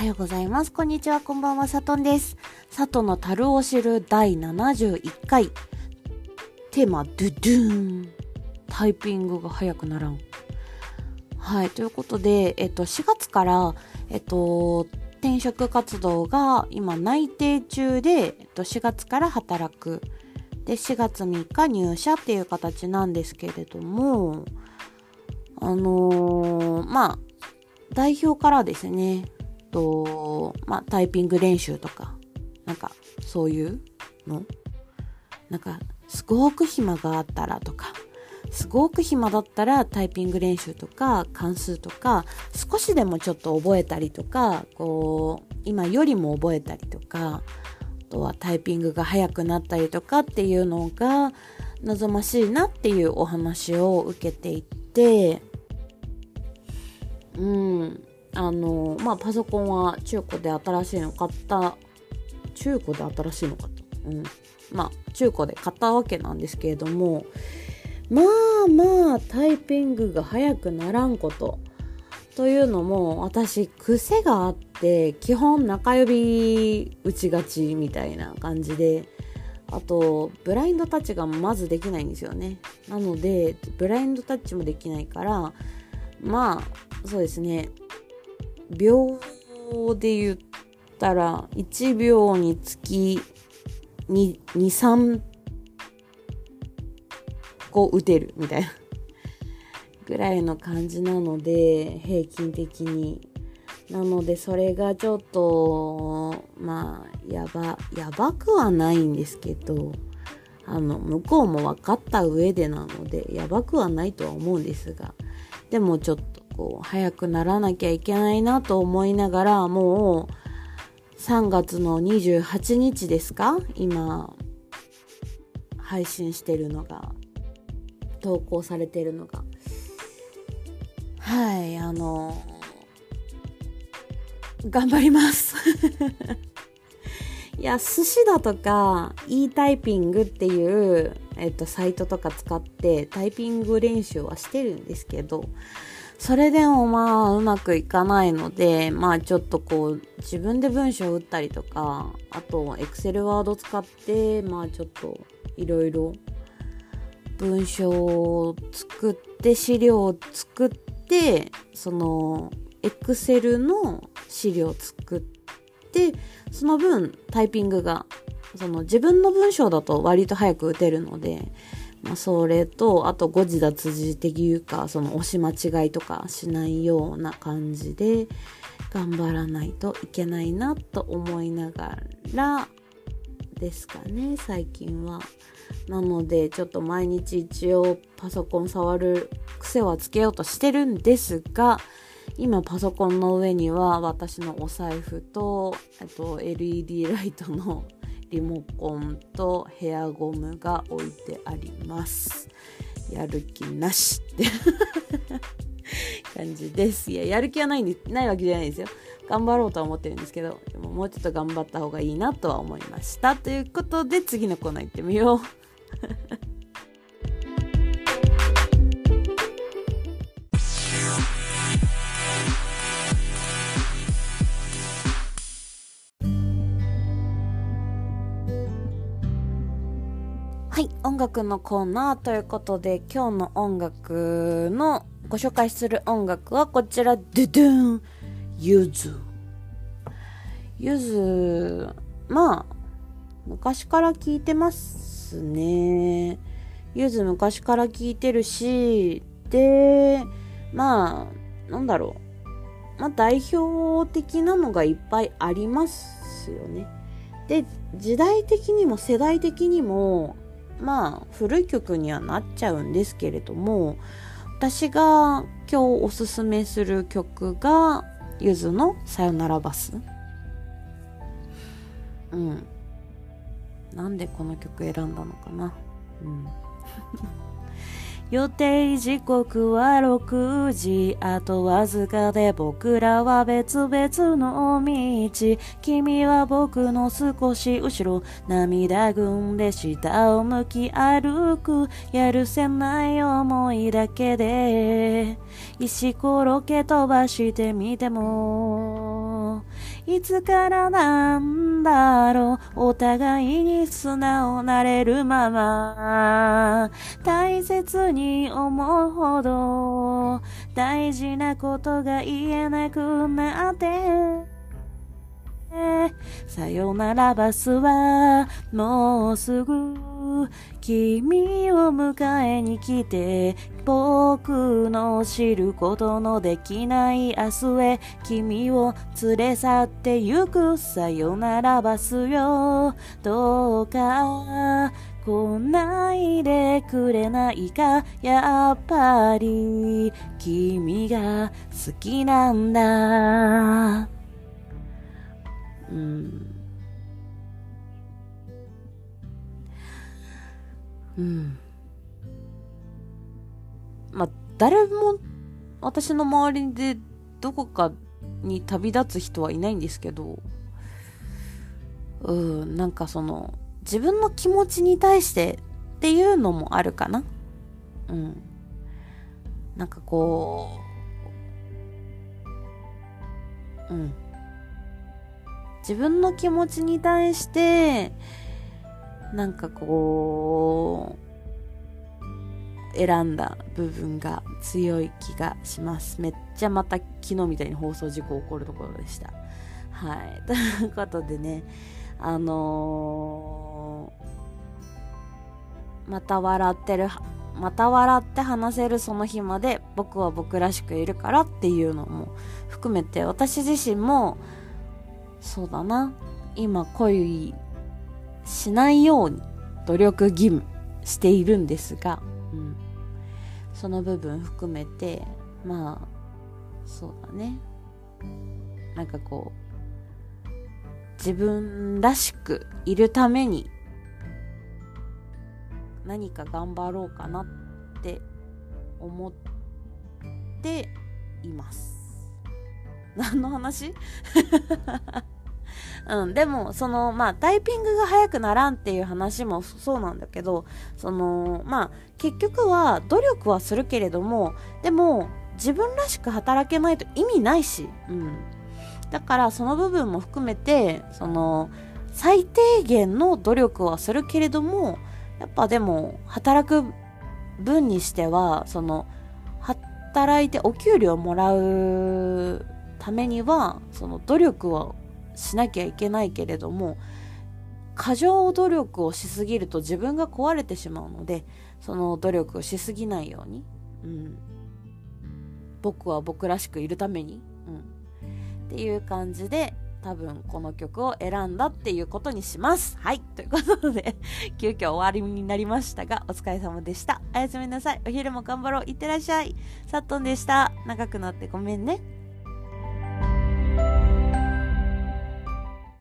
ようございます。こんにちは、こんばんは、さとんです。さとの樽を知る第71回。テーマ、ドゥドゥーン。タイピングが早くならん。はい、ということで、4月から、転職活動が今内定中で、4月から働く。で、4月3日入社っていう形なんですけれども、代表からですね、タイピング練習とか、そういうのすごく暇があったらとか、すごく暇だったらタイピング練習とか関数とか少しでもちょっと覚えたりとか、今よりも覚えたりとか、あとはタイピングが早くなったりとかっていうのが望ましいなっていうお話を受けていて、パソコンは中古で新しいの買った中古で買ったわけなんですけれども、タイピングが早くならんことというのも、私癖があって基本中指打ちがちみたいな感じで、あとブラインドタッチがまずできないんですよね。なのでブラインドタッチもできないから、そうですね、秒で言ったら1秒につき2、3個打てるみたいなぐらいの感じなので、平均的に。なのでそれがちょっとやばくはないんですけど、向こうも分かった上でなのでやばくはないとは思うんですが、でもちょっと早くならなきゃいけないなと思いながら、もう3月の28日ですか、今配信してるのが、投稿されてるのが、頑張りますいや、寿司だとか e タイピングっていう、サイトとか使ってタイピング練習はしてるんですけど、それでもうまくいかないので、ちょっと自分で文章を打ったりとか、あと Excel ワード使ってちょっといろいろ文章を作って資料を作って、その Excel の資料を作って、その分タイピングが自分の文章だと割と早く打てるので、それとあと誤字脱字っていうか、押し間違いとかしないような感じで頑張らないといけないなと思いながらですかね、最近は。なのでちょっと毎日一応パソコン触る癖はつけようとしてるんですが、今パソコンの上には私のお財布と、LED ライトのリモコンとヘアゴムが置いてあります。やる気なしって感じです。やる気はないわけじゃないですよ。頑張ろうとは思ってるんですけど、でももうちょっと頑張った方がいいなとは思いました。ということで次のコーナー行ってみようはい、音楽のコーナーということで、今日の音楽のご紹介する音楽はこちら、ドゥドゥーン、ゆず。昔から聴いてますね。ゆず昔から聴いてるし、で、代表的なのがいっぱいありますよね。で、時代的にも世代的にも古い曲にはなっちゃうんですけれども、私が今日おすすめする曲がゆずのさよならバス。なんでこの曲選んだのかな。予定時刻は6時、あとわずかで僕らは別々の道。君は僕の少し後ろ、涙ぐんで下を向き歩く。やるせない思いだけで石ころけ飛ばしてみてもいつからなんだろう、お互いに素直なれるまま、大切に思うほど大事なことが言えなくなって、さよならバスはもうすぐ君を迎えに来て、僕の知ることのできない明日へ君を連れ去ってゆく。さよならバスよ、どうか来ないでくれないか、やっぱり君が好きなんだ。まあ、誰も私の周りでどこかに旅立つ人はいないんですけど、なんかその自分の気持ちに対してっていうのもあるかな。なんかこう、自分の気持ちに対してなんかこう選んだ部分が強い気がします。めっちゃまた昨日みたいに放送事故起こるところでした。はい、ということでね、また笑って話せるその日まで僕は僕らしくいるからっていうのも含めて、私自身もそうだな、今恋しないように努力義務しているんですが、その部分含めて、まあそうだね、なんかこう自分らしくいるために何か頑張ろうかなって思っています。何の話？でもそのタイピングが早くならんっていう話もそうなんだけど、その結局は努力はするけれども、でも自分らしく働けないと意味ないし、だからその部分も含めて、その最低限の努力はするけれども、やっぱでも働く分にしては、その働いてお給料をもらうためにはその努力はしなきゃいけないけれども、過剰努力をしすぎると自分が壊れてしまうので、その努力をしすぎないように、僕は僕らしくいるために、っていう感じで多分この曲を選んだっていうことにします。はい、ということで急遽終わりになりましたが、お疲れ様でした。おやすみなさい。お昼も頑張ろう。いってらっしゃい。さっとんでした。長くなってごめんね。